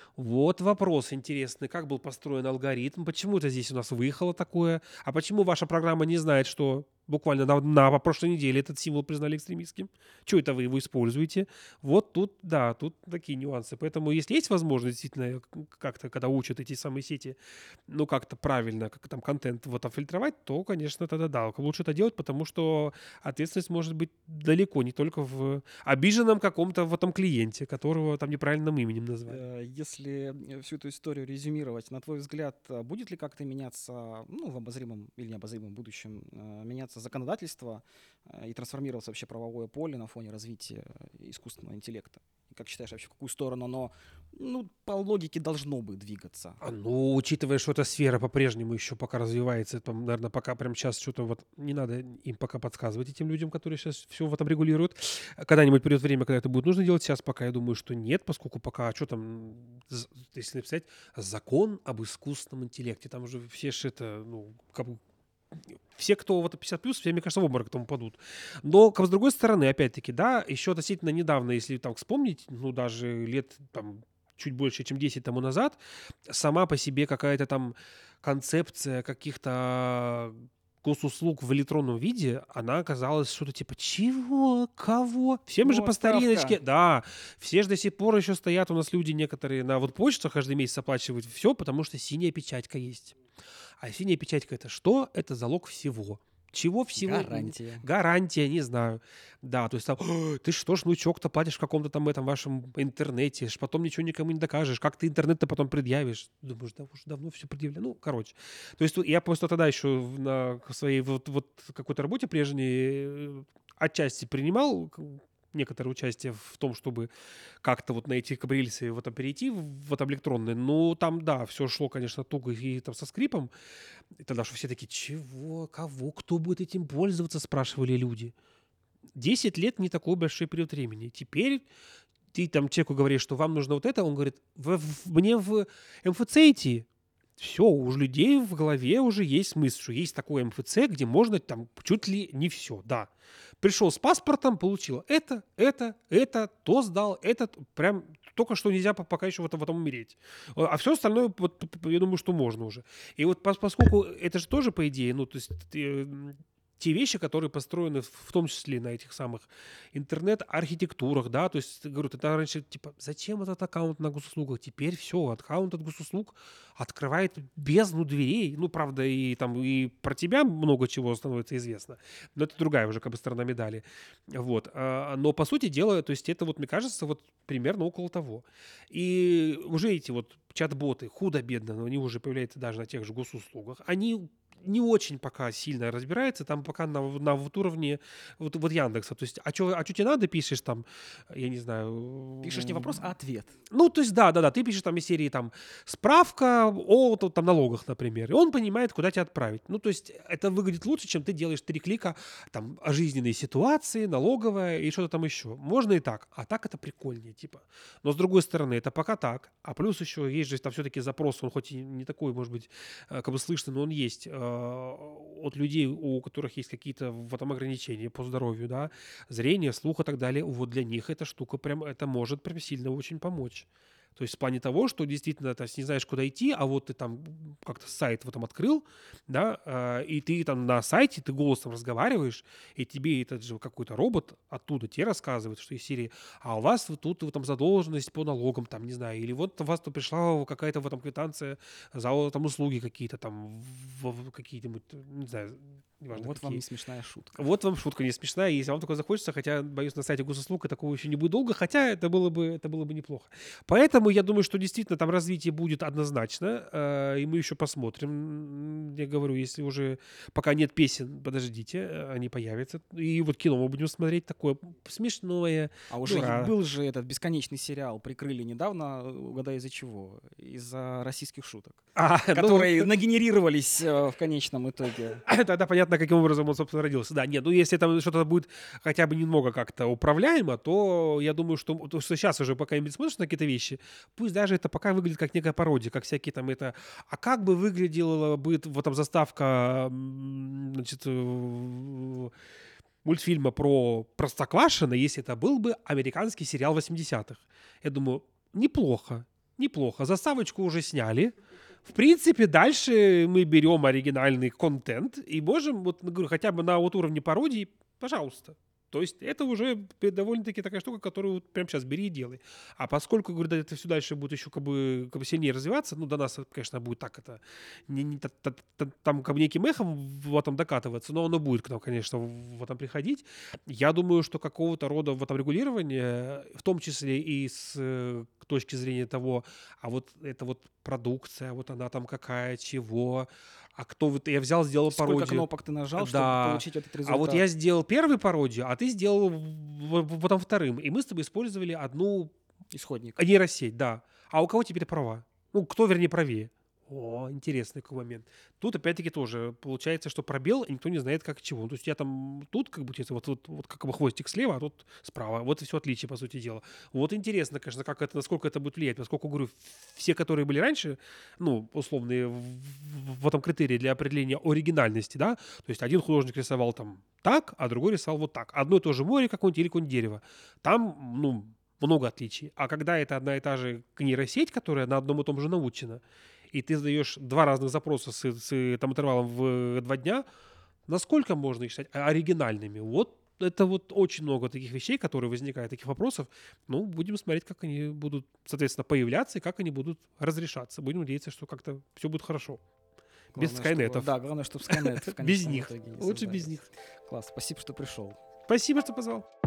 Вот вопрос интересный. Как был построен алгоритм? Почему это здесь у нас выехало такое? А почему ваша программа не знает, что буквально на прошлой неделе этот символ признали экстремистским? Чего это вы его используете? Вот тут, да, тут такие нюансы. Поэтому если есть возможность действительно как-то, когда учат эти самые сети, ну, как-то правильно, как там контент вот фильтровать, то, конечно, тогда да, лучше это делать, потому что ответственность может быть далеко, не только в обиженном каком-то в этом клиенте, которого там неправильным именем назвали. Если всю эту историю резюмировать, на твой взгляд, будет ли как-то меняться, ну, в обозримом или необозримом будущем, меняться законодательство и трансформироваться вообще правовое поле на фоне развития искусственного интеллекта? Как считаешь, вообще в какую сторону оно, ну, по логике должно бы двигаться? Ну, учитывая, что эта сфера по-прежнему еще пока развивается, там, наверное, пока прямо сейчас что-то вот не надо им пока подсказывать этим людям, которые сейчас все в этом регулируют. Когда-нибудь придет время, когда это будет нужно делать. Сейчас пока я думаю, что нет, поскольку пока, что там, если написать, закон об искусственном интеллекте, там уже все же это, ну, как бы все, кто вот 50+, все, мне кажется, в обморок к тому падут. Но, с другой стороны, опять-таки, да, еще относительно недавно, если там вспомнить, ну, даже лет там чуть больше, чем 10 тому назад, сама по себе какая-то там концепция каких-то госуслуг в электронном виде, она оказалась что-то типа «Чего? Кого?» Всем же Ну, по стариночке. отставка. Да, все же до сих пор еще стоят у нас люди некоторые на вот почтах каждый месяц оплачивают все, потому что синяя печатька есть. А синяя печатька — это что? Это залог всего. Чего всего? Гарантия. Гарантия, не знаю. Да, то есть там, ты что ж, внучок-то платишь в каком-то там этом вашем интернете, потом ничего никому не докажешь, как ты интернет-то потом предъявишь? Думаешь, да уже давно все предъявляю. Ну, короче. То есть я просто тогда еще на своей вот какой-то работе прежней отчасти принимал некоторое участие в том, чтобы как-то вот на эти кабрильцы вот перейти в это электронное. Ну, там, да, все шло, конечно, туго и там со скрипом. И тогда что все такие, чего, кого, кто будет этим пользоваться, спрашивали люди. 10 лет не такой большой период времени. Теперь ты там человеку говоришь, что вам нужно вот это, он говорит, мне в МФЦ идти. Все, у людей в голове уже есть мысль, что есть такой МФЦ, где можно там чуть ли не все, да. Пришел с паспортом, получил это, то сдал, этот, прям только что нельзя пока еще в этом умереть. А все остальное, вот, я думаю, что можно уже. И вот поскольку это же тоже, по идее, ну, то есть те вещи, которые построены в том числе на этих самых интернет-архитектурах, да, то есть, говорю, ты раньше, типа, зачем этот аккаунт на госуслугах? Теперь все, аккаунт от госуслуг открывает бездну дверей. Ну, правда, и там и про тебя много чего становится известно, но это другая уже как бы сторона медали. Вот. Но, по сути дела, то есть это вот, мне кажется, вот примерно около того. И уже эти вот чат-боты худо-бедно, но они уже появляются даже на тех же госуслугах, они не очень пока сильно разбирается, там пока на вот уровне вот Яндекса. То есть, а что тебе надо, пишешь там, я не знаю... Пишешь не вопрос, а ответ. Ну, то есть, да, ты пишешь там из серии там справка о там, налогах, например, и он понимает, куда тебя отправить. Ну, то есть, это выглядит лучше, чем ты делаешь 3 клика там о жизненной ситуации, налоговая и что-то там еще. Можно и так, а так это прикольнее, типа. Но, с другой стороны, это пока так, а плюс еще есть же там все-таки запрос, он хоть и не такой, может быть, как бы слышный, но он есть от людей, у которых есть какие-то в этом ограничения по здоровью, да, зрение, слух и так далее, вот для них эта штука прям, это может прям сильно очень помочь. То есть в плане того, что действительно ты не знаешь, куда идти, а вот ты там как-то сайт вот там открыл, да, и ты там на сайте, ты голосом разговариваешь, и тебе этот же какой-то робот оттуда тебе рассказывает, что из серии, а у вас вот тут там задолженность по налогам, там, не знаю, или вот у вас тут пришла какая-то вот там квитанция за там услуги какие-то там, какие-то, не знаю, неважно Вот какие. вам не смешная шутка. Вот вам шутка не смешная, если вам такое захочется, хотя, боюсь, на сайте госуслуг такого еще не будет долго, хотя это было бы неплохо. Поэтому я думаю, что действительно там развитие будет однозначно, и мы еще посмотрим. Я говорю, если уже пока нет песен, подождите, они появятся. И вот кино мы будем смотреть такое смешное. А уже был же этот бесконечный сериал, прикрыли недавно, угадай из-за чего? Из-за российских шуток, которые нагенерировались в конечном итоге. Тогда понятно, каким образом он, собственно, родился. Да, нет, ну если там что-то будет хотя бы немного как-то управляемо, то я думаю, что сейчас уже пока-нибудь смотришь на какие-то вещи, пусть даже это пока выглядит как некая пародия, как всякие там это... А как бы выглядела бы вот там заставка, значит, мультфильма про Простоквашино, если это был бы американский сериал 80-х? Я думаю, неплохо. Заставочку уже сняли. В принципе, дальше мы берем оригинальный контент и можем, вот, говорю, хотя бы на вот уровне пародии, пожалуйста. То есть это уже довольно-таки такая штука, которую вот прямо сейчас бери и делай. А поскольку, говорю, это все дальше будет еще как бы сильнее развиваться, ну, до нас, конечно, будет так это, там как бы неким эхом в этом докатываться, но оно будет к нам, конечно, в этом приходить. Я думаю, что какого-то рода в этом регулирования, в том числе и с точки зрения того, а вот эта вот продукция, вот она там какая, чего, а кто вот я взял, сделал пародию. Сколько кнопок ты нажал, да, чтобы получить этот результат? А вот я сделал первую пародию, а ты сделал потом вторым. И мы с тобой использовали одну исходник. Нейросеть, да. А у кого теперь права? Ну, кто, вернее, правее? О, интересный какой момент. Тут, опять-таки, тоже получается, что пробел, и никто не знает, как и чего. То есть я там тут, как бы, вот как бы хвостик слева, а тут справа. Вот и все отличие, по сути дела. Вот интересно, конечно, как это, насколько это будет влиять. Поскольку, говорю, все, которые были раньше, ну, условные, в этом критерии для определения оригинальности, да, то есть один художник рисовал там так, а другой рисовал вот так. Одно и то же море какое-нибудь или какое-нибудь дерево. Там, ну, много отличий. А когда это одна и та же нейросеть, которая на одном и том же научена, и ты задаешь 2 разных запроса с там, интервалом в 2 дня, насколько можно их считать оригинальными? Вот это вот очень много таких вещей, которые возникают, таких вопросов. Ну, будем смотреть, как они будут, соответственно, появляться и как они будут разрешаться. Будем надеяться, что как-то все будет хорошо. Главное, без скайнетов. Да, главное, чтобы скайнет в без них. итоге не Лучше без них. Класс, спасибо, что пришел. Спасибо, что позвал.